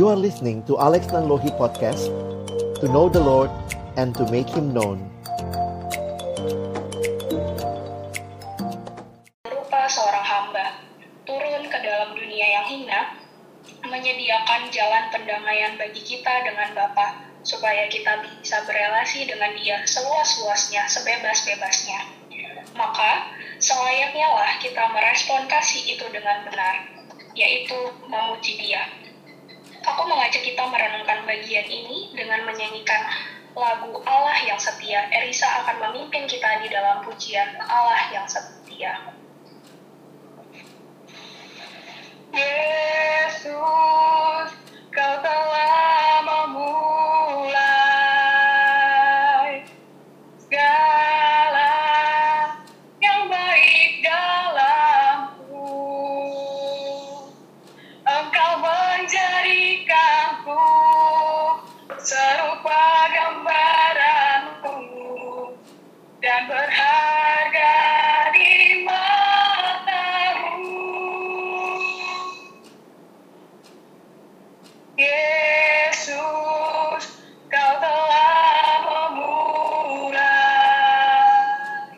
You are listening to Alex Nanlohi Podcast, to know the Lord and to make Him known. Rupa seorang hamba, turun ke dalam dunia yang hina, menyediakan jalan pendamaian bagi kita dengan Bapa, supaya kita bisa berelasi dengan Dia seluas-luasnya, sebebas-bebasnya. Maka, selayaknya lah kita merespon kasih itu dengan benar, yaitu memuji Dia. Aku mengajak kita merenungkan bagian ini dengan menyanyikan lagu Allah yang setia. Erisa akan memimpin kita di dalam pujian Allah yang setia. Yesus, Kau telah memulai segala yang baik dalamku. Engkau menjadikanku serupa gambaranmu dan berharga di matamu. Yesus, Kau telah memulai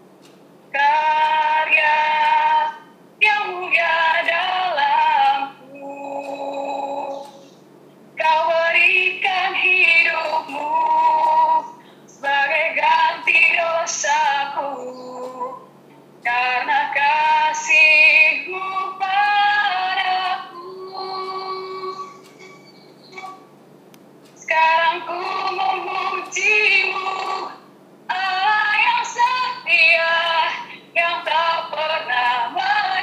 karya yang mulia dalamku. Kau berikan hidupmu sebagai ganti dosaku, karena kasih-Mu padaku. Sekarang ku memuji-Mu, Allah yang setia, yang tak pernah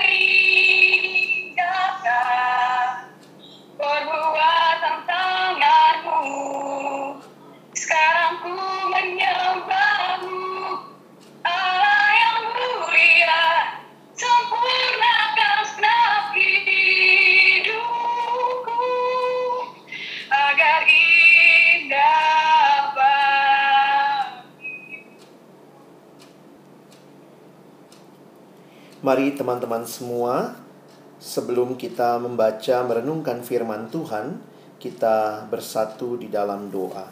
meninggalkan perbuatan tangan-Mu. Sekarang ku menyembah-Mu, Allah yang mulia, sempurnakan segenap hidupku, agar indah bagi. Mari teman-teman semua, sebelum kita membaca merenungkan firman Tuhan, kita bersatu di dalam doa.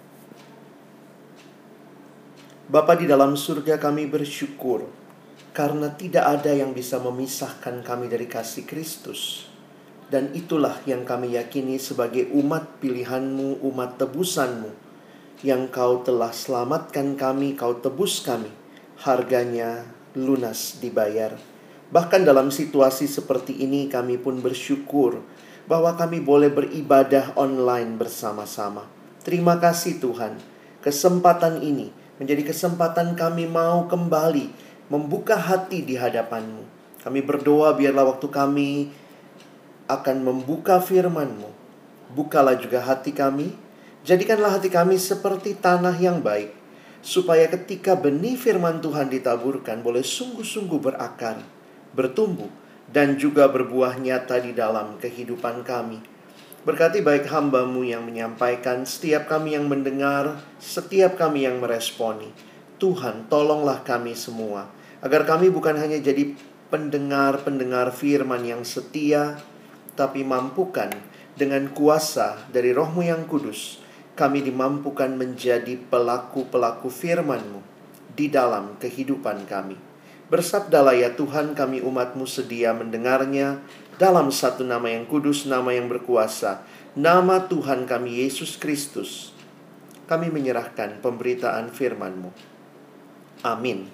Bapa di dalam surga, kami bersyukur karena tidak ada yang bisa memisahkan kami dari kasih Kristus. Dan itulah yang kami yakini sebagai umat pilihan-Mu, umat tebusan-Mu, yang Kau telah selamatkan kami, Kau tebus kami. Harganya lunas dibayar. Bahkan dalam situasi seperti ini kami pun bersyukur bahwa kami boleh beribadah online bersama-sama. Terima kasih Tuhan. Kesempatan ini menjadi kesempatan kami mau kembali membuka hati di hadapan-Mu. Kami berdoa biarlah waktu kami akan membuka firman-Mu, bukalah juga hati kami. Jadikanlah hati kami seperti tanah yang baik, supaya ketika benih firman Tuhan ditaburkan boleh sungguh-sungguh berakar, bertumbuh, dan juga berbuah nyata di dalam kehidupan kami. Berkati baik hamba-Mu yang menyampaikan, setiap kami yang mendengar, setiap kami yang meresponi. Tuhan, tolonglah kami semua, agar kami bukan hanya jadi pendengar-pendengar firman yang setia, tapi mampukan dengan kuasa dari Roh-Mu yang kudus, kami dimampukan menjadi pelaku-pelaku firman-Mu di dalam kehidupan kami. Bersabdalah ya Tuhan, kami umat-Mu sedia mendengarnya dalam satu nama yang kudus, nama yang berkuasa, nama Tuhan kami Yesus Kristus. Kami menyerahkan pemberitaan firman-Mu. Amin.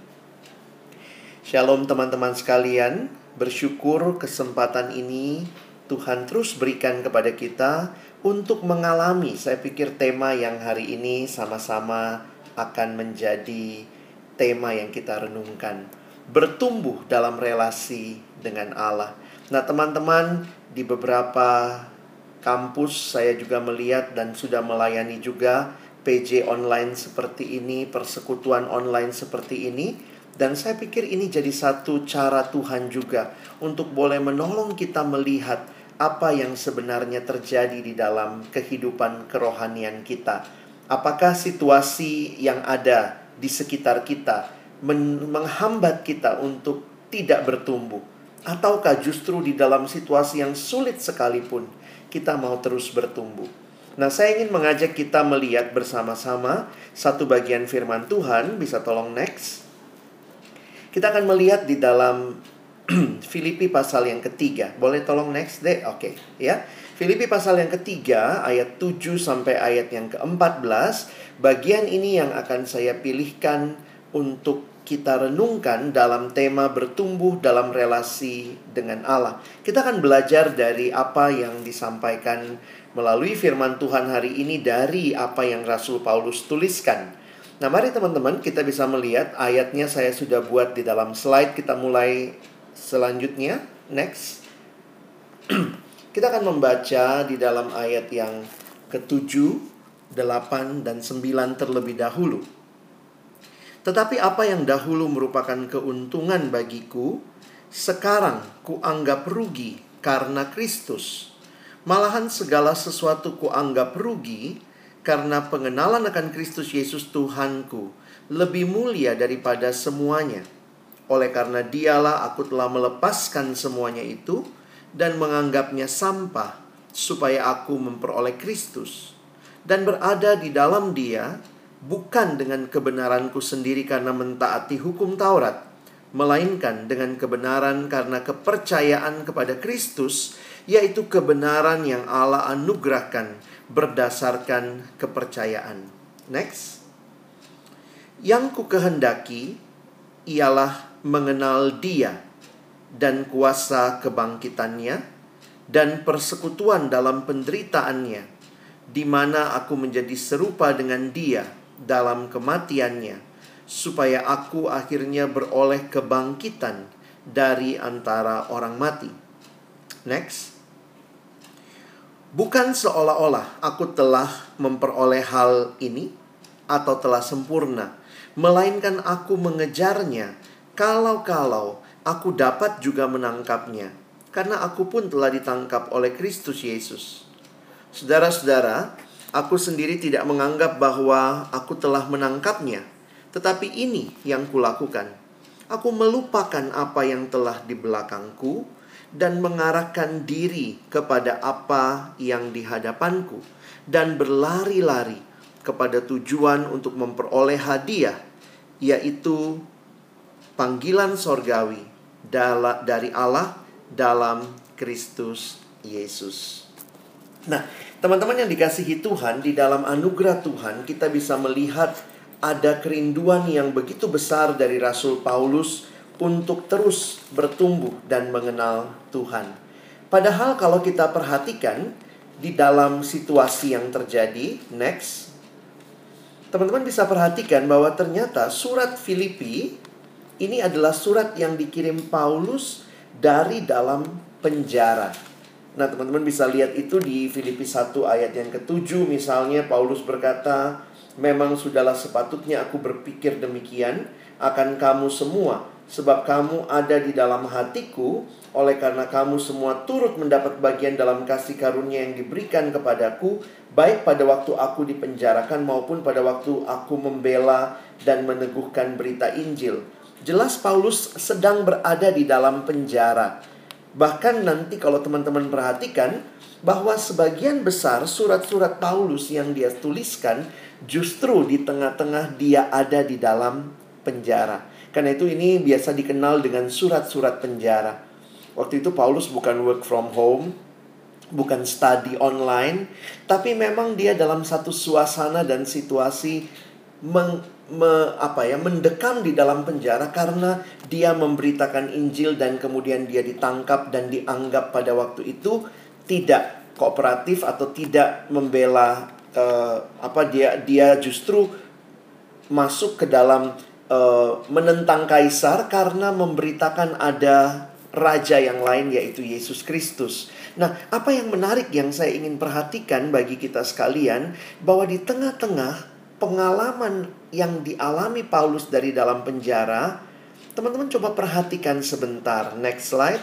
Shalom teman-teman sekalian, bersyukur kesempatan ini Tuhan terus berikan kepada kita untuk mengalami, saya pikir tema yang hari ini sama-sama akan menjadi tema yang kita renungkan. Bertumbuh dalam relasi dengan Allah. Nah teman-teman, di beberapa kampus saya juga melihat dan sudah melayani juga PJ online seperti ini, persekutuan online seperti ini. Dan saya pikir ini jadi satu cara Tuhan juga untuk boleh menolong kita melihat apa yang sebenarnya terjadi di dalam kehidupan kerohanian kita. Apakah situasi yang ada di sekitar kita menghambat kita untuk tidak bertumbuh? Ataukah justru di dalam situasi yang sulit sekalipun kita mau terus bertumbuh? Nah, saya ingin mengajak kita melihat bersama-sama satu bagian firman Tuhan. Bisa tolong next. Kita akan melihat di dalam Filipi pasal yang ketiga. Boleh tolong next deh? Oke, ya. Filipi pasal yang ketiga, ayat 7 sampai ayat yang ke-14. Bagian ini yang akan saya pilihkan untuk kita renungkan dalam tema bertumbuh dalam relasi dengan Allah. Kita akan belajar dari apa yang disampaikan melalui firman Tuhan hari ini dari apa yang Rasul Paulus tuliskan. Nah, mari teman-teman kita bisa melihat ayatnya saya sudah buat di dalam slide. Kita mulai selanjutnya. Next. Kita akan membaca di dalam ayat yang ke-7, 8, dan 9 terlebih dahulu. Tetapi apa yang dahulu merupakan keuntungan bagiku, sekarang kuanggap rugi karena Kristus. Malahan segala sesuatu kuanggap rugi karena pengenalan akan Kristus Yesus Tuhanku lebih mulia daripada semuanya. Oleh karena dialah aku telah melepaskan semuanya itu dan menganggapnya sampah supaya aku memperoleh Kristus dan berada di dalam Dia, bukan dengan kebenaranku sendiri karena mentaati hukum Taurat, melainkan dengan kebenaran karena kepercayaan kepada Kristus, yaitu kebenaran yang Allah anugerahkan berdasarkan kepercayaan. Next. Yang ku kehendaki ialah mengenal Dia dan kuasa kebangkitannya dan persekutuan dalam penderitaannya, di mana aku menjadi serupa dengan Dia dalam kematiannya, supaya aku akhirnya beroleh kebangkitan dari antara orang mati. Next. Bukan seolah-olah aku telah memperoleh hal ini atau telah sempurna, melainkan aku mengejarnya kalau-kalau aku dapat juga menangkapnya, karena aku pun telah ditangkap oleh Kristus Yesus. Saudara-saudara, aku sendiri tidak menganggap bahwa aku telah menangkapnya, tetapi ini yang kulakukan. Aku melupakan apa yang telah di belakangku dan mengarahkan diri kepada apa yang di hadapanku, dan berlari-lari kepada tujuan untuk memperoleh hadiah, yaitu panggilan sorgawi dari Allah dalam Kristus Yesus. Nah, teman-teman yang dikasihi Tuhan, di dalam anugerah Tuhan kita bisa melihat ada kerinduan yang begitu besar dari Rasul Paulus untuk terus bertumbuh dan mengenal Tuhan. Padahal kalau kita perhatikan di dalam situasi yang terjadi, next, teman-teman bisa perhatikan bahwa ternyata surat Filipi ini adalah surat yang dikirim Paulus dari dalam penjara. Nah, teman-teman bisa lihat itu di Filipi 1 ayat yang ke-7 misalnya. Paulus berkata, memang sudahlah sepatutnya aku berpikir demikian akan kamu semua, sebab kamu ada di dalam hatiku, oleh karena kamu semua turut mendapat bagian dalam kasih karunia yang diberikan kepadaku, baik pada waktu aku dipenjarakan maupun pada waktu aku membela dan meneguhkan berita Injil. Jelas Paulus sedang berada di dalam penjara. Bahkan nanti kalau teman-teman perhatikan bahwa sebagian besar surat-surat Paulus yang dia tuliskan justru di tengah-tengah dia ada di dalam penjara. Karena itu ini biasa dikenal dengan surat-surat penjara. Waktu itu Paulus bukan work from home, bukan study online, tapi memang dia dalam satu suasana dan situasi mendekam di dalam penjara karena dia memberitakan Injil dan kemudian dia ditangkap dan dianggap pada waktu itu tidak kooperatif atau tidak membela dia justru masuk ke dalam menentang kaisar karena memberitakan ada raja yang lain, yaitu Yesus Kristus. Nah, apa yang menarik yang saya ingin perhatikan bagi kita sekalian, bahwa di tengah-tengah pengalaman yang dialami Paulus dari dalam penjara, teman-teman coba perhatikan sebentar. Next slide.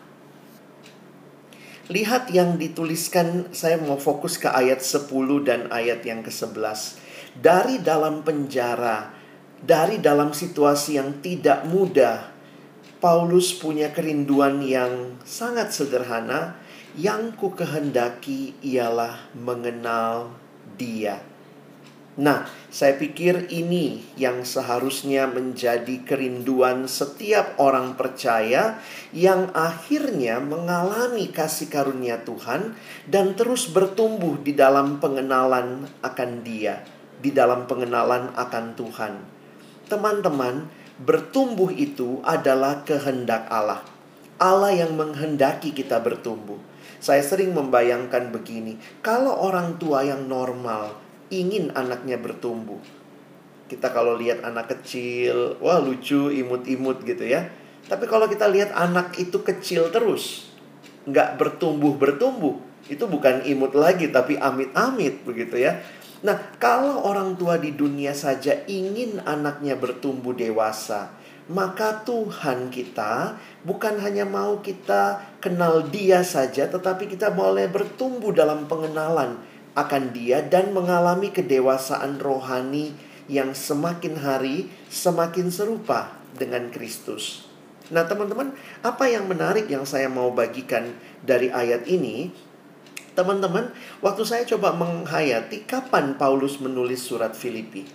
Lihat yang dituliskan, saya mau fokus ke ayat 10 dan ayat yang ke-11. Dari dalam penjara, dari dalam situasi yang tidak mudah, Paulus punya kerinduan yang sangat sederhana. Yang ku kehendaki ialah mengenal Dia. Nah, saya pikir ini yang seharusnya menjadi kerinduan setiap orang percaya yang akhirnya mengalami kasih karunia Tuhan dan terus bertumbuh di dalam pengenalan akan Dia, di dalam pengenalan akan Tuhan. Teman-teman, bertumbuh itu adalah kehendak Allah. Allah yang menghendaki kita bertumbuh. Saya sering membayangkan begini, kalau orang tua yang normal ingin anaknya bertumbuh. Kita kalau lihat anak kecil, wah lucu, imut-imut gitu ya. Tapi kalau kita lihat anak itu kecil terus, nggak bertumbuh-bertumbuh, itu bukan imut lagi, tapi amit-amit begitu ya. Nah, kalau orang tua di dunia saja ingin anaknya bertumbuh dewasa, maka Tuhan kita bukan hanya mau kita kenal Dia saja, tetapi kita boleh bertumbuh dalam pengenalan akan Dia dan mengalami kedewasaan rohani yang semakin hari semakin serupa dengan Kristus. Nah, teman-teman, apa yang menarik yang saya mau bagikan dari ayat ini? Teman-teman, waktu saya coba menghayati kapan Paulus menulis surat Filipi.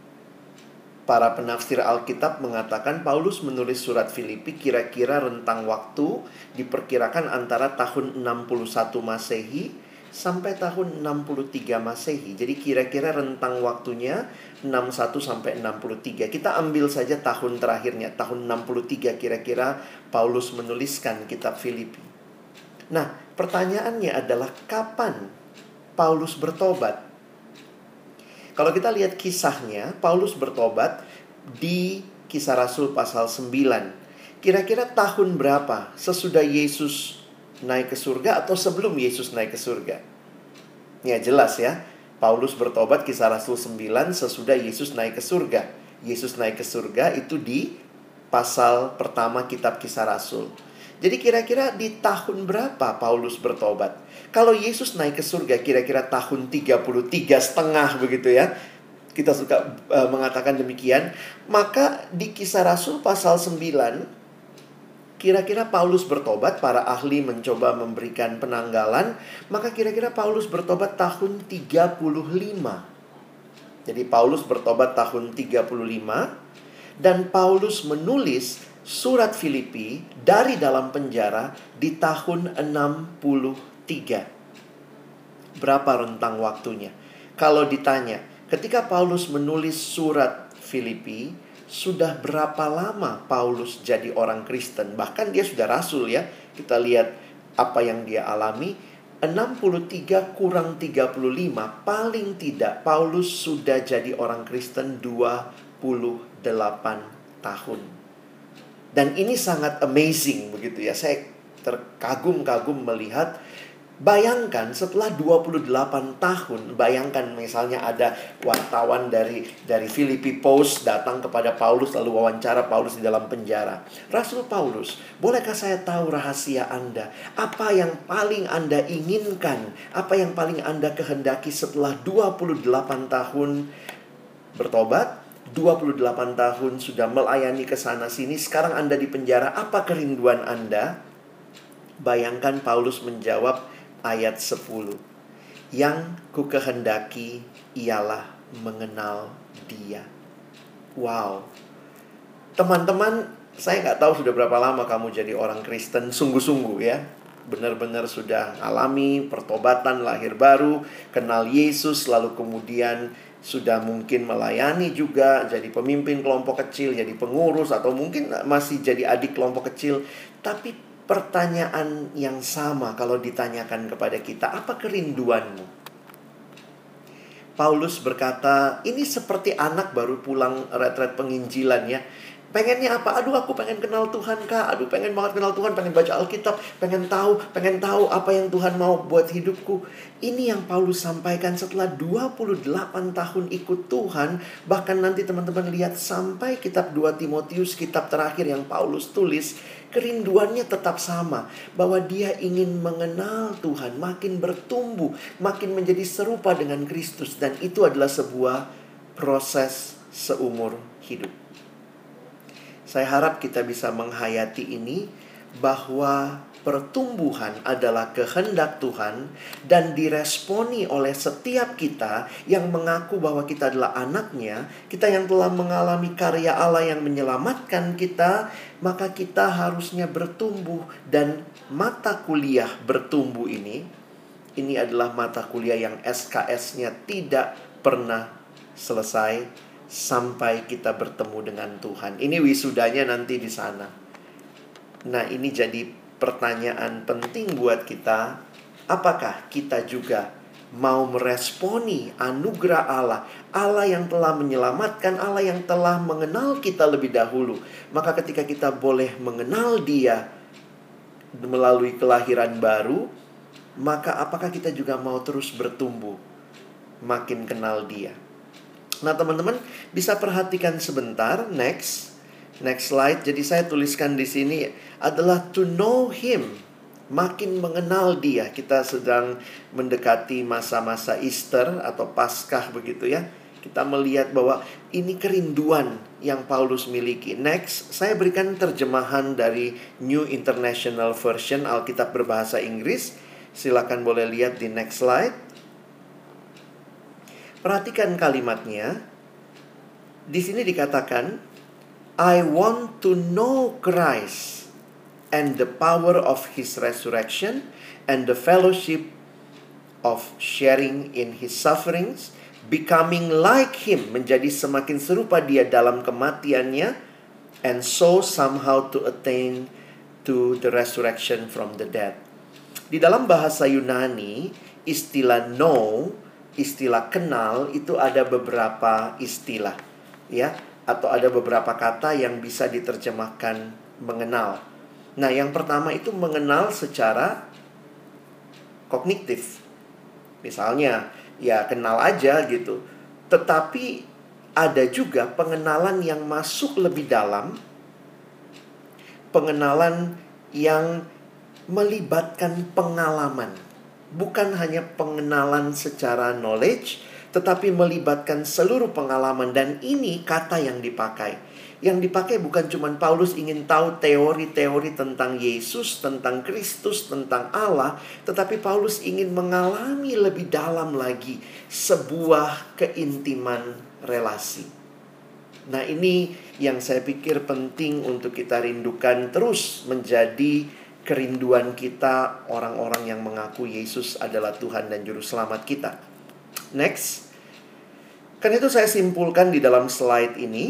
Para penafsir Alkitab mengatakan Paulus menulis surat Filipi kira-kira rentang waktu diperkirakan antara tahun 61 Masehi sampai tahun 63 Masehi. Jadi kira-kira rentang waktunya 61 sampai 63. Kita ambil saja tahun terakhirnya, tahun 63 kira-kira Paulus menuliskan kitab Filipi. Nah, pertanyaannya adalah kapan Paulus bertobat? Kalau kita lihat kisahnya, Paulus bertobat di Kisah Rasul pasal 9. Kira-kira tahun berapa sesudah Yesus naik ke surga atau sebelum Yesus naik ke surga? Ya jelas ya, Paulus bertobat Kisah Rasul 9 sesudah Yesus naik ke surga. Yesus naik ke surga itu di pasal pertama kitab Kisah Rasul. Jadi kira-kira di tahun berapa Paulus bertobat? Kalau Yesus naik ke surga kira-kira tahun 33 setengah begitu ya. Kita suka mengatakan demikian. Maka di Kisah Rasul pasal 9 kira-kira Paulus bertobat, para ahli mencoba memberikan penanggalan, maka kira-kira Paulus bertobat tahun 35. Jadi Paulus bertobat tahun 35 dan Paulus menulis surat Filipi dari dalam penjara di tahun 63. Berapa rentang waktunya? Kalau ditanya, ketika Paulus menulis surat Filipi, sudah berapa lama Paulus jadi orang Kristen? Bahkan dia sudah rasul ya. Kita lihat apa yang dia alami. 63 kurang 35, paling tidak Paulus sudah jadi orang Kristen 28 tahun. Dan ini sangat amazing begitu ya. Saya terkagum-kagum melihat. Bayangkan setelah 28 tahun, bayangkan misalnya ada wartawan dari Filipi Post datang kepada Paulus lalu wawancara Paulus di dalam penjara. Rasul Paulus, bolehkah saya tahu rahasia Anda? Apa yang paling Anda inginkan? Apa yang paling Anda kehendaki setelah 28 tahun bertobat? 28 tahun sudah melayani ke sana sini, sekarang Anda di penjara, apa kerinduan Anda? Bayangkan Paulus menjawab ayat 10. Yang ku kehendaki ialah mengenal Dia. Wow. Teman-teman, saya nggak tahu sudah berapa lama kamu jadi orang Kristen sungguh-sungguh ya. Benar-benar sudah alami pertobatan, lahir baru, kenal Yesus, lalu kemudian sudah mungkin melayani juga, jadi pemimpin kelompok kecil, jadi pengurus, atau mungkin masih jadi adik kelompok kecil. Tapi pertanyaan yang sama kalau ditanyakan kepada kita, apa kerinduanmu? Paulus berkata, ini seperti anak baru pulang retret penginjilan ya. Pengennya apa? Aduh, aku pengen kenal Tuhan kak. Aduh, pengen banget kenal Tuhan. Pengen baca Alkitab. Pengen tahu apa yang Tuhan mau buat hidupku. Ini yang Paulus sampaikan setelah 28 tahun ikut Tuhan. Bahkan nanti teman-teman lihat sampai kitab 2 Timotius, kitab terakhir yang Paulus tulis. Kerinduannya tetap sama. Bahwa dia ingin mengenal Tuhan. Makin bertumbuh. Makin menjadi serupa dengan Kristus. Dan itu adalah sebuah proses seumur hidup. Saya harap kita bisa menghayati ini, bahwa pertumbuhan adalah kehendak Tuhan dan diresponi oleh setiap kita yang mengaku bahwa kita adalah anaknya, kita yang telah mengalami karya Allah yang menyelamatkan kita, maka kita harusnya bertumbuh. Dan mata kuliah bertumbuh ini adalah mata kuliah yang SKS-nya tidak pernah selesai sampai kita bertemu dengan Tuhan. Ini wisudanya nanti di sana. Nah, ini jadi pertanyaan penting buat kita. Apakah kita juga mau meresponi anugerah Allah, Allah yang telah menyelamatkan, Allah yang telah mengenal kita lebih dahulu. Maka ketika kita boleh mengenal Dia melalui kelahiran baru, maka apakah kita juga mau terus bertumbuh, makin kenal Dia? Nah, teman-teman bisa perhatikan sebentar. Next slide. Jadi saya tuliskan di sini adalah to know Him, makin mengenal Dia. Kita sedang mendekati masa-masa Easter atau Paskah begitu ya. Kita melihat bahwa ini kerinduan yang Paulus miliki. Next, saya berikan terjemahan dari New International Version, Alkitab berbahasa Inggris. Silakan boleh lihat di next slide. Perhatikan kalimatnya. Di sini dikatakan, I want to know Christ and the power of His resurrection and the fellowship of sharing in His sufferings, becoming like Him, menjadi semakin serupa Dia dalam kematiannya, and so somehow to attain to the resurrection from the dead. Di dalam bahasa Yunani, istilah know, istilah kenal, itu ada beberapa istilah, ya, atau ada beberapa kata yang bisa diterjemahkan mengenal. Nah, yang pertama itu mengenal secara kognitif. Misalnya, ya kenal aja gitu. Tetapi ada juga pengenalan yang masuk lebih dalam, pengenalan yang melibatkan pengalaman. Bukan hanya pengenalan secara knowledge, tetapi melibatkan seluruh pengalaman. Dan ini kata yang dipakai. Yang dipakai bukan cuma Paulus ingin tahu teori-teori tentang Yesus, tentang Kristus, tentang Allah, tetapi Paulus ingin mengalami lebih dalam lagi sebuah keintiman relasi. Nah, ini yang saya pikir penting untuk kita rindukan terus menjadi kerinduan kita, orang-orang yang mengaku Yesus adalah Tuhan dan Juru Selamat kita. Next. Karena itu saya simpulkan di dalam slide ini,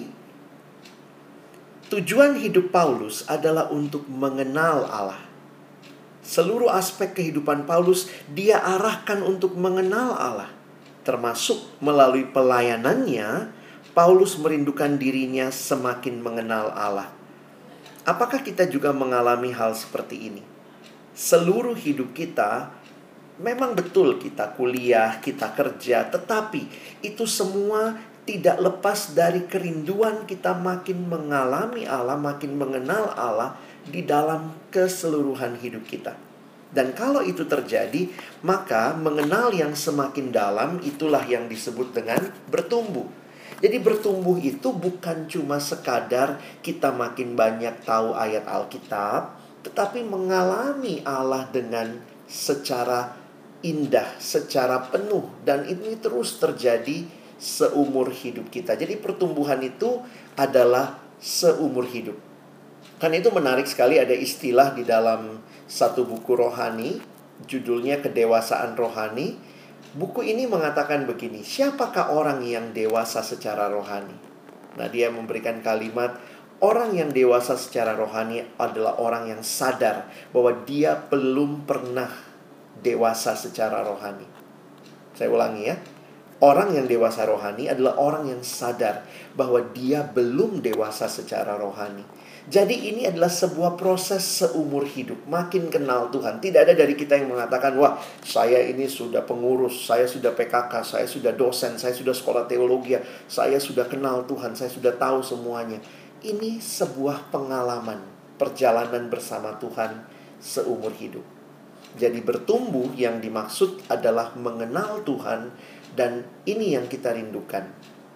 tujuan hidup Paulus adalah untuk mengenal Allah. Seluruh aspek kehidupan Paulus dia arahkan untuk mengenal Allah. Termasuk melalui pelayanannya, Paulus merindukan dirinya semakin mengenal Allah. Apakah kita juga mengalami hal seperti ini? Seluruh hidup kita, memang betul kita kuliah, kita kerja, tetapi itu semua tidak lepas dari kerinduan kita makin mengalami Allah, makin mengenal Allah di dalam keseluruhan hidup kita. Dan kalau itu terjadi, maka mengenal yang semakin dalam itulah yang disebut dengan bertumbuh. Jadi bertumbuh itu bukan cuma sekadar kita makin banyak tahu ayat Alkitab, tetapi mengalami Allah dengan secara indah, secara penuh. Dan ini terus terjadi seumur hidup kita. Jadi pertumbuhan itu adalah seumur hidup. Kan itu menarik sekali, ada istilah di dalam satu buku rohani, judulnya Kedewasaan Rohani. Buku ini mengatakan begini, siapakah orang yang dewasa secara rohani? Nah, dia memberikan kalimat, orang yang dewasa secara rohani adalah orang yang sadar bahwa dia belum pernah dewasa secara rohani. Saya ulangi ya. Orang yang dewasa rohani adalah orang yang sadar bahwa dia belum dewasa secara rohani. Jadi ini adalah sebuah proses seumur hidup, makin kenal Tuhan. Tidak ada dari kita yang mengatakan, wah saya ini sudah pengurus, saya sudah PKK, saya sudah dosen, saya sudah sekolah teologi, saya sudah kenal Tuhan, saya sudah tahu semuanya. Ini sebuah pengalaman, perjalanan bersama Tuhan seumur hidup. Jadi bertumbuh yang dimaksud adalah mengenal Tuhan, dan ini yang kita rindukan.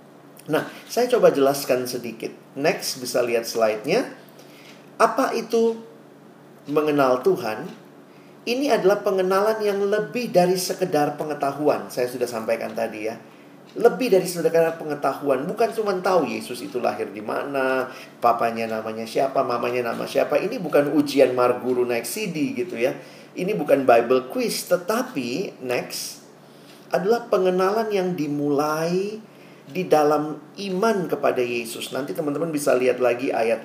Nah, saya coba jelaskan sedikit. Next, bisa lihat slide-nya. Apa itu mengenal Tuhan? Ini adalah pengenalan yang lebih dari sekedar pengetahuan. Saya sudah sampaikan tadi ya. Lebih dari sekedar pengetahuan. Bukan cuma tahu Yesus itu lahir di mana, papanya namanya siapa, mamanya nama siapa. Ini bukan ujian Marguru naik CD gitu ya. Ini bukan Bible quiz. Tetapi, next, adalah pengenalan yang dimulai di dalam iman kepada Yesus. Nanti teman-teman bisa lihat lagi ayat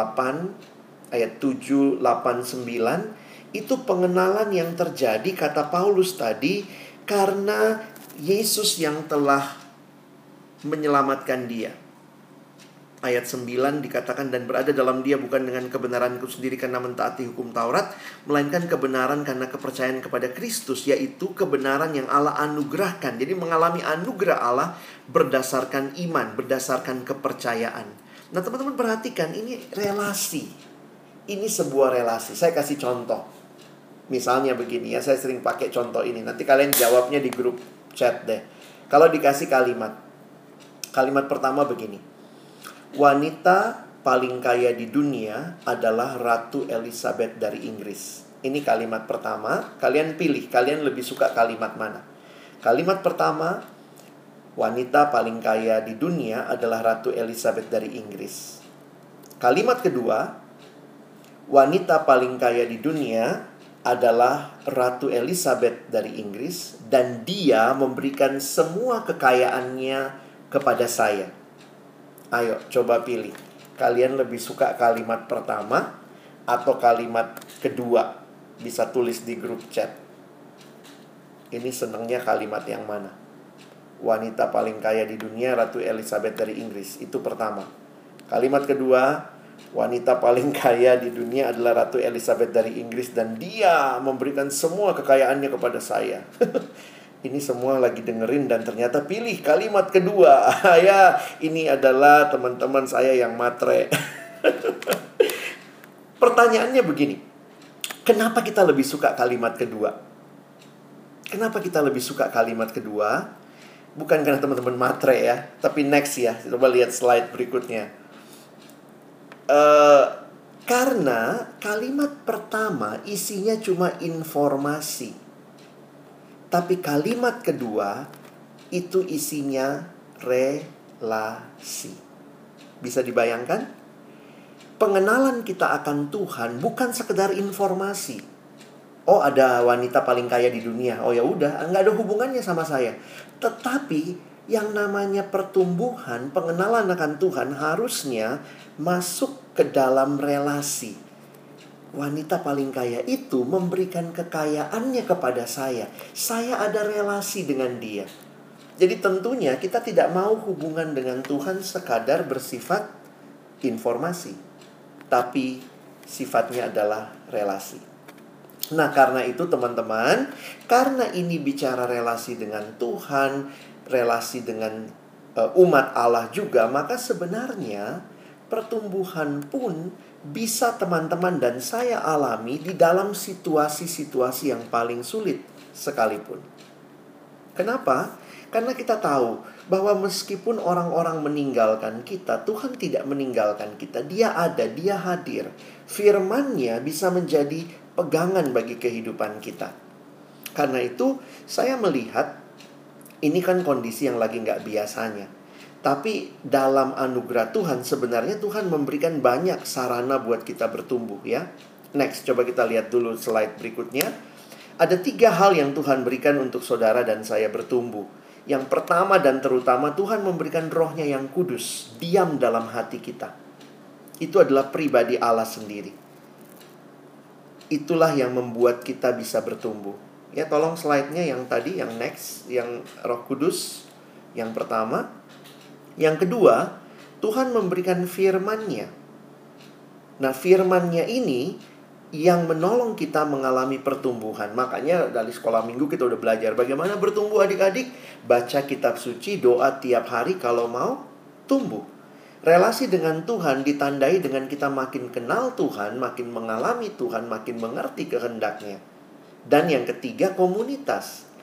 8, ayat 7, 8, 9. Itu pengenalan yang terjadi, kata Paulus tadi, karena Yesus yang telah menyelamatkan dia. Ayat 9 dikatakan, dan berada dalam dia bukan dengan kebenaranku sendiri karena mentaati hukum Taurat, melainkan kebenaran karena kepercayaan kepada Kristus, yaitu kebenaran yang Allah anugerahkan. Jadi mengalami anugerah Allah berdasarkan iman, berdasarkan kepercayaan. Nah teman-teman perhatikan, ini relasi. Ini sebuah relasi. Saya kasih contoh. Misalnya begini ya, saya sering pakai contoh ini. Nanti kalian jawabnya di grup chat deh. Kalau dikasih kalimat. Kalimat pertama begini. Wanita paling kaya di dunia adalah Ratu Elizabeth dari Inggris. Ini kalimat pertama. Kalian pilih, kalian lebih suka kalimat mana? Kalimat pertama, wanita paling kaya di dunia adalah Ratu Elizabeth dari Inggris. Kalimat kedua, wanita paling kaya di dunia adalah Ratu Elizabeth dari Inggris, dan dia memberikan semua kekayaannya kepada saya. Ayo, coba pilih. Kalian lebih suka kalimat pertama atau kalimat kedua? Bisa tulis di grup chat. Ini senangnya kalimat yang mana? Wanita paling kaya di dunia, Ratu Elizabeth dari Inggris. Itu pertama. Kalimat kedua, wanita paling kaya di dunia adalah Ratu Elizabeth dari Inggris, dan dia memberikan semua kekayaannya kepada saya. Ini semua lagi dengerin dan ternyata pilih kalimat kedua. Ya, ini adalah teman-teman saya yang matre. Pertanyaannya begini. Kenapa kita lebih suka kalimat kedua? Kenapa kita lebih suka kalimat kedua? Bukan karena teman-teman matre ya. Tapi next ya. Coba lihat slide berikutnya. Karena kalimat pertama isinya cuma informasi. Tapi kalimat kedua itu isinya relasi. Bisa dibayangkan? Pengenalan kita akan Tuhan bukan sekedar informasi. Oh, ada wanita paling kaya di dunia. Oh ya udah, nggak ada hubungannya sama saya. Tetapi yang namanya pertumbuhan, pengenalan akan Tuhan harusnya masuk ke dalam relasi. Wanita paling kaya itu memberikan kekayaannya kepada saya. Saya ada relasi dengan dia. Jadi tentunya kita tidak mau hubungan dengan Tuhan sekadar bersifat informasi. Tapi sifatnya adalah relasi. Nah karena itu teman-teman, karena ini bicara relasi dengan Tuhan, relasi dengan umat Allah juga, maka sebenarnya pertumbuhan pun bisa teman-teman dan saya alami di dalam situasi-situasi yang paling sulit sekalipun. Kenapa? Karena kita tahu bahwa meskipun orang-orang meninggalkan kita, Tuhan tidak meninggalkan kita. Dia ada, dia hadir. Firman-Nya bisa menjadi pegangan bagi kehidupan kita. Karena itu saya melihat ini kan kondisi yang lagi nggak biasanya. Tapi dalam anugerah Tuhan sebenarnya Tuhan memberikan banyak sarana buat kita bertumbuh ya. Next, coba kita lihat dulu slide berikutnya. Ada 3 hal yang Tuhan berikan untuk saudara dan saya bertumbuh. Yang pertama dan terutama, Tuhan memberikan Roh-Nya yang kudus diam dalam hati kita. Itu adalah pribadi Allah sendiri. Itulah yang membuat kita bisa bertumbuh. Ya, tolong slide-nya yang tadi, yang next, yang Roh Kudus. Yang pertama. Yang kedua, Tuhan memberikan firman-Nya. Nah, firman-Nya ini yang menolong kita mengalami pertumbuhan. Makanya dari sekolah minggu kita udah belajar bagaimana bertumbuh adik-adik. Baca kitab suci, doa tiap hari kalau mau tumbuh. Relasi dengan Tuhan ditandai dengan kita makin kenal Tuhan, makin mengalami Tuhan, makin mengerti kehendak-Nya. Dan yang ketiga, komunitas.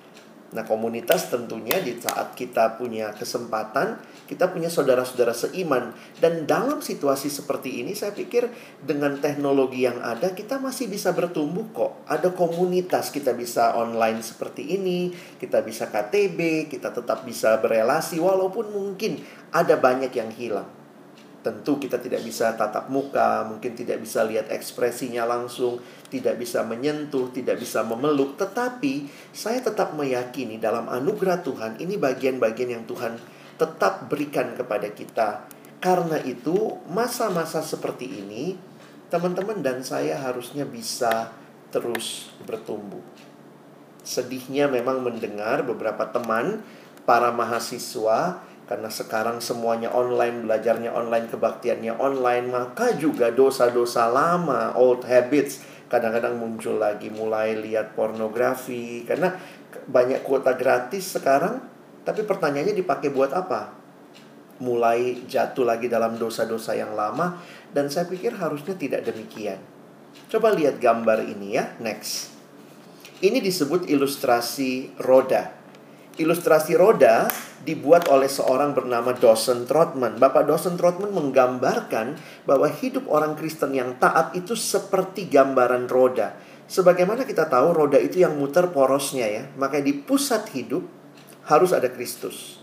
Nah, komunitas tentunya di saat kita punya kesempatan, kita punya saudara-saudara seiman. Dan dalam situasi seperti ini, saya pikir dengan teknologi yang ada, kita masih bisa bertumbuh kok. Ada komunitas, kita bisa online seperti ini, kita bisa KTB, kita tetap bisa berelasi, walaupun mungkin ada banyak yang hilang. Tentu kita tidak bisa tatap muka, mungkin tidak bisa lihat ekspresinya langsung, tidak bisa menyentuh, tidak bisa memeluk. Tetapi saya tetap meyakini dalam anugerah Tuhan, ini bagian-bagian yang Tuhan tetap berikan kepada kita. Karena itu masa-masa seperti ini, teman-teman dan saya harusnya bisa terus bertumbuh. Sedihnya memang mendengar beberapa teman, para mahasiswa, karena sekarang semuanya online, belajarnya online, kebaktiannya online, maka juga dosa-dosa lama, old habits, kadang-kadang muncul lagi. Mulai lihat pornografi, karena banyak kuota gratis sekarang. Tapi pertanyaannya dipakai buat apa? Mulai jatuh lagi dalam dosa-dosa yang lama. Dan saya pikir harusnya tidak demikian. Coba lihat gambar ini ya, next. Ini disebut ilustrasi roda. Ilustrasi roda dibuat oleh seorang bernama Dawson Trotman. Bapak Dawson Trotman menggambarkan bahwa hidup orang Kristen yang taat itu seperti gambaran roda. Sebagaimana kita tahu roda itu yang muter porosnya ya. Maka di pusat hidup harus ada Kristus.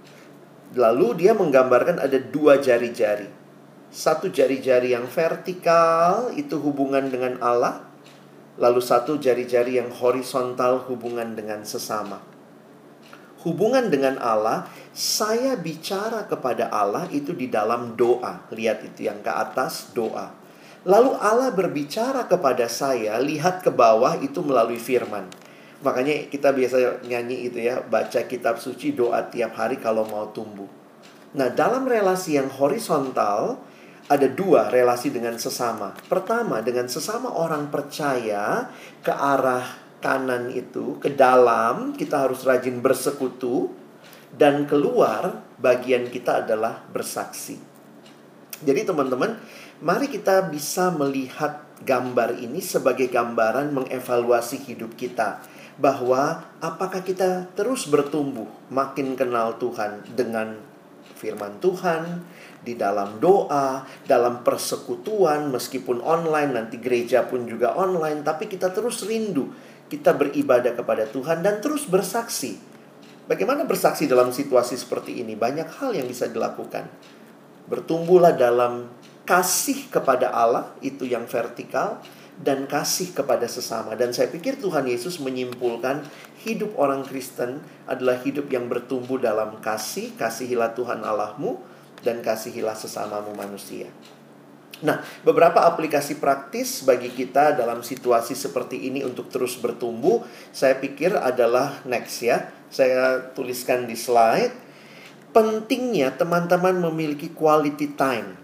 Lalu dia menggambarkan ada dua jari-jari. Satu jari-jari yang vertikal itu hubungan dengan Allah. Lalu satu jari-jari yang horizontal hubungan dengan sesama. Hubungan dengan Allah, saya bicara kepada Allah itu di dalam doa. Lihat itu yang ke atas, doa. Lalu Allah berbicara kepada saya, lihat ke bawah itu melalui firman. Makanya kita biasa nyanyi itu ya, baca kitab suci, doa tiap hari kalau mau tumbuh. Nah, dalam relasi yang horizontal, ada dua relasi dengan sesama. Pertama, dengan sesama orang percaya ke arah kanan itu, ke dalam, kita harus rajin bersekutu. Dan keluar, bagian kita adalah bersaksi. Jadi teman-teman, mari kita bisa melihat gambar ini sebagai gambaran mengevaluasi hidup kita. Bahwa apakah kita terus bertumbuh, makin kenal Tuhan dengan firman Tuhan, di dalam doa, dalam persekutuan, meskipun online, nanti gereja pun juga online, tapi kita terus rindu. Kita beribadah kepada Tuhan dan terus bersaksi. Bagaimana bersaksi dalam situasi seperti ini? Banyak hal yang bisa dilakukan. Bertumbuhlah dalam kasih kepada Allah, itu yang vertikal, dan kasih kepada sesama. Dan saya pikir Tuhan Yesus menyimpulkan hidup orang Kristen adalah hidup yang bertumbuh dalam kasih. Kasihilah Tuhan Allahmu dan kasihilah sesamamu manusia. Nah, beberapa aplikasi praktis bagi kita dalam situasi seperti ini untuk terus bertumbuh, saya pikir adalah next ya. Saya tuliskan di slide. Pentingnya teman-teman memiliki quality time.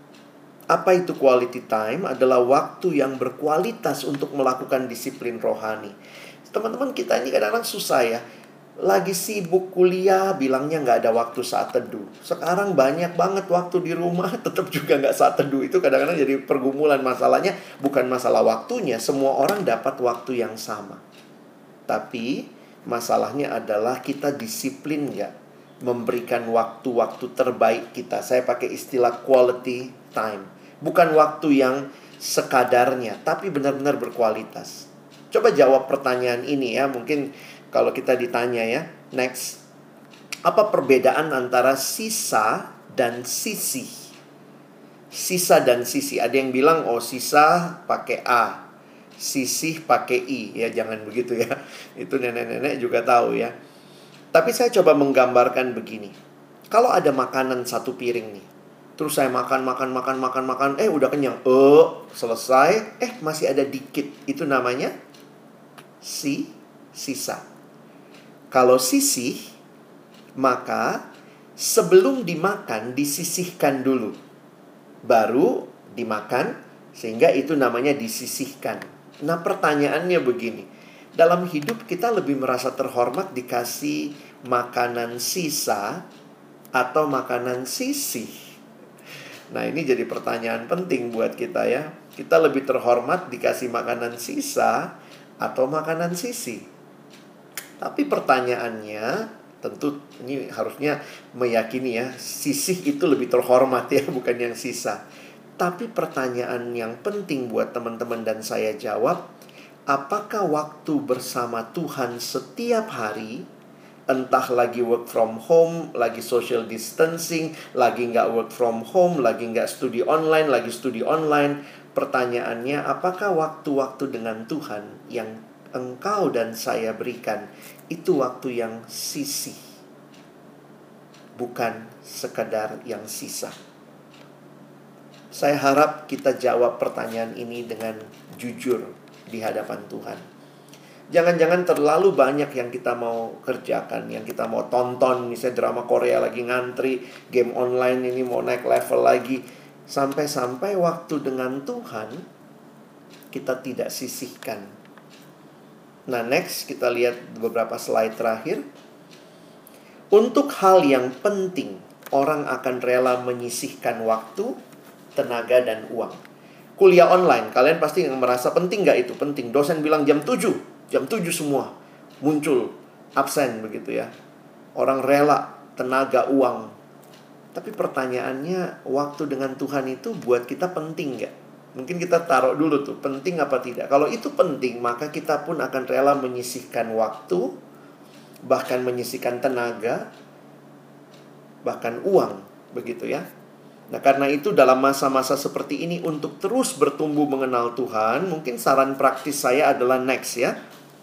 Apa itu quality time? Adalah waktu yang berkualitas untuk melakukan disiplin rohani. Teman-teman kita ini kadang-kadang susah ya. Lagi sibuk kuliah, bilangnya nggak ada waktu saat teduh. Sekarang banyak banget waktu di rumah, tetap juga nggak saat teduh. Itu kadang-kadang jadi pergumulan. Masalahnya bukan masalah waktunya. Semua orang dapat waktu yang sama. Tapi masalahnya adalah kita disiplin nggak memberikan waktu-waktu terbaik kita. Saya pakai istilah quality time. Bukan waktu yang sekadarnya, tapi benar-benar berkualitas. Coba jawab pertanyaan ini ya. Mungkin kalau kita ditanya ya, next. Apa perbedaan antara sisa dan sisih? Sisa dan sisi. Ada yang bilang, oh sisa pakai A, sisih pakai I. Ya jangan begitu ya. Itu nenek-nenek juga tahu ya. Tapi saya coba menggambarkan begini. Kalau ada makanan satu piring nih. Terus saya makan. Udah kenyang. Selesai. Masih ada dikit. Itu namanya sisa. Kalau sisih, maka sebelum dimakan disisihkan dulu. Baru dimakan, sehingga itu namanya disisihkan. Nah pertanyaannya begini. Dalam hidup kita lebih merasa terhormat dikasih makanan sisa atau makanan sisih? Nah ini jadi pertanyaan penting buat kita ya. Kita lebih terhormat dikasih makanan sisa atau makanan sisih? Tapi pertanyaannya, tentu ini harusnya meyakini ya, sisih itu lebih terhormat ya, bukan yang sisa. Tapi pertanyaan yang penting buat teman-teman dan saya jawab, apakah waktu bersama Tuhan setiap hari, entah lagi work from home, lagi social distancing, lagi nggak work from home, lagi nggak studi online, lagi studi online. Pertanyaannya, apakah waktu-waktu dengan Tuhan yang engkau dan saya berikan itu waktu yang sisih, bukan sekadar yang sisa? Saya harap kita jawab pertanyaan ini dengan jujur di hadapan Tuhan. Jangan-jangan terlalu banyak yang kita mau kerjakan, yang kita mau tonton. Misalnya drama Korea lagi ngantri, game online ini mau naik level lagi. Sampai-sampai waktu dengan Tuhan kita tidak sisihkan. Nah, next kita lihat beberapa slide terakhir. Untuk hal yang penting, orang akan rela menyisihkan waktu, tenaga, dan uang. Kuliah online, kalian pasti merasa penting nggak itu? Penting. Dosen bilang jam 7 semua muncul absen begitu ya. Orang rela, tenaga, uang. Tapi pertanyaannya, waktu dengan Tuhan itu buat kita penting nggak? Mungkin kita taruh dulu tuh, penting apa tidak. Kalau itu penting, maka kita pun akan rela menyisihkan waktu, bahkan menyisihkan tenaga, bahkan uang, begitu ya. Nah, karena itu dalam masa-masa seperti ini, untuk terus bertumbuh mengenal Tuhan, mungkin saran praktis saya adalah next ya.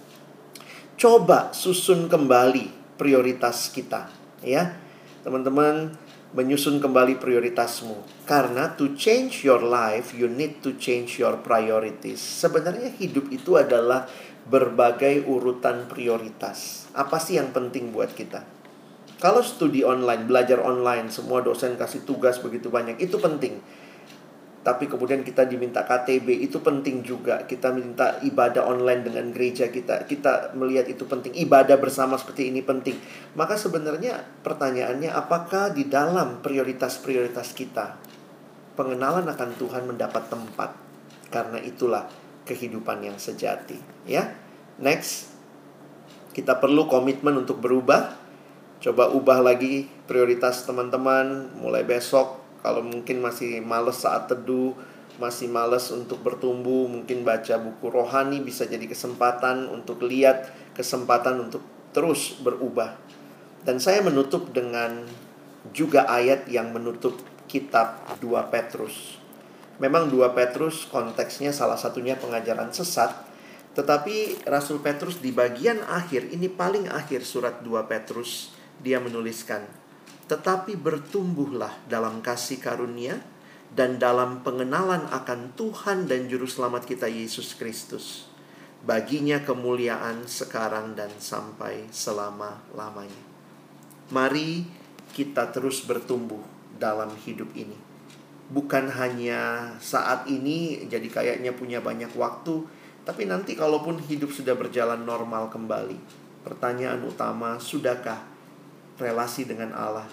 Coba susun kembali prioritas kita, ya. Teman-teman, menyusun kembali prioritasmu. Karena to change your life, you need to change your priorities. Sebenarnya hidup itu adalah berbagai urutan prioritas. Apa sih yang penting buat kita? Kalau studi online, belajar online, semua dosen kasih tugas begitu banyak, itu penting. Tapi kemudian kita diminta KTB, itu penting juga. Kita minta ibadah online dengan gereja kita. Kita melihat itu penting. Ibadah bersama seperti ini penting. Maka sebenarnya pertanyaannya, apakah di dalam prioritas-prioritas kita pengenalan akan Tuhan mendapat tempat? Karena itulah kehidupan yang sejati. Ya, next. Kita perlu komitmen untuk berubah. Coba ubah lagi prioritas teman-teman mulai besok. Kalau mungkin masih males saat teduh, masih males untuk bertumbuh, mungkin baca buku rohani bisa jadi kesempatan untuk lihat, kesempatan untuk terus berubah. Dan saya menutup dengan juga ayat yang menutup kitab 2 Petrus. Memang 2 Petrus konteksnya salah satunya pengajaran sesat, tetapi Rasul Petrus di bagian akhir, ini paling akhir surat 2 Petrus, dia menuliskan, tetapi bertumbuhlah dalam kasih karunia dan dalam pengenalan akan Tuhan dan Juru Selamat kita Yesus Kristus. Baginya kemuliaan sekarang dan sampai selama-lamanya. Mari kita terus bertumbuh dalam hidup ini. Bukan hanya saat ini jadi kayaknya punya banyak waktu, tapi nanti kalaupun hidup sudah berjalan normal kembali, pertanyaan utama, sudahkah relasi dengan Allah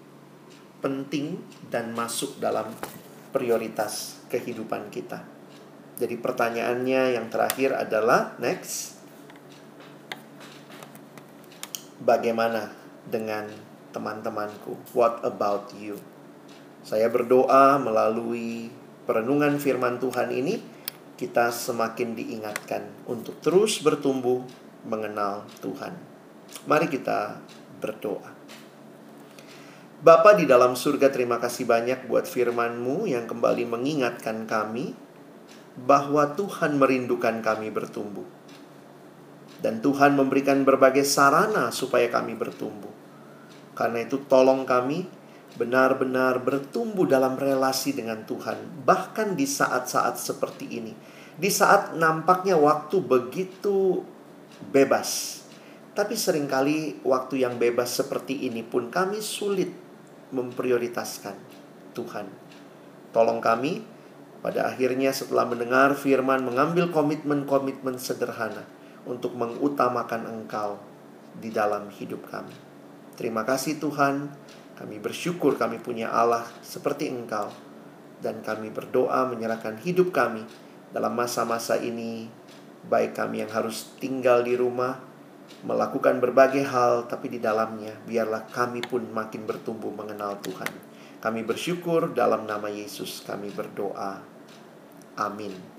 penting dan masuk dalam prioritas kehidupan kita? Jadi pertanyaannya yang terakhir adalah next, bagaimana dengan teman-temanku? What about you? Saya berdoa melalui perenungan firman Tuhan ini, kita semakin diingatkan untuk terus bertumbuh mengenal Tuhan. Mari kita berdoa. Bapa di dalam surga, terima kasih banyak buat firman-Mu yang kembali mengingatkan kami bahwa Tuhan merindukan kami bertumbuh. Dan Tuhan memberikan berbagai sarana supaya kami bertumbuh. Karena itu tolong kami benar-benar bertumbuh dalam relasi dengan Tuhan. Bahkan di saat-saat seperti ini. Di saat nampaknya waktu begitu bebas. Tapi seringkali waktu yang bebas seperti ini pun kami sulit memprioritaskan Tuhan. Tolong kami pada akhirnya setelah mendengar firman, mengambil komitmen-komitmen sederhana untuk mengutamakan Engkau di dalam hidup kami. Terima kasih Tuhan, kami bersyukur kami punya Allah seperti Engkau. Dan kami berdoa menyerahkan hidup kami dalam masa-masa ini, baik kami yang harus tinggal di rumah, melakukan berbagai hal, tapi di dalamnya biarlah kami pun makin bertumbuh mengenal Tuhan. Kami bersyukur dalam nama Yesus kami berdoa. Amin.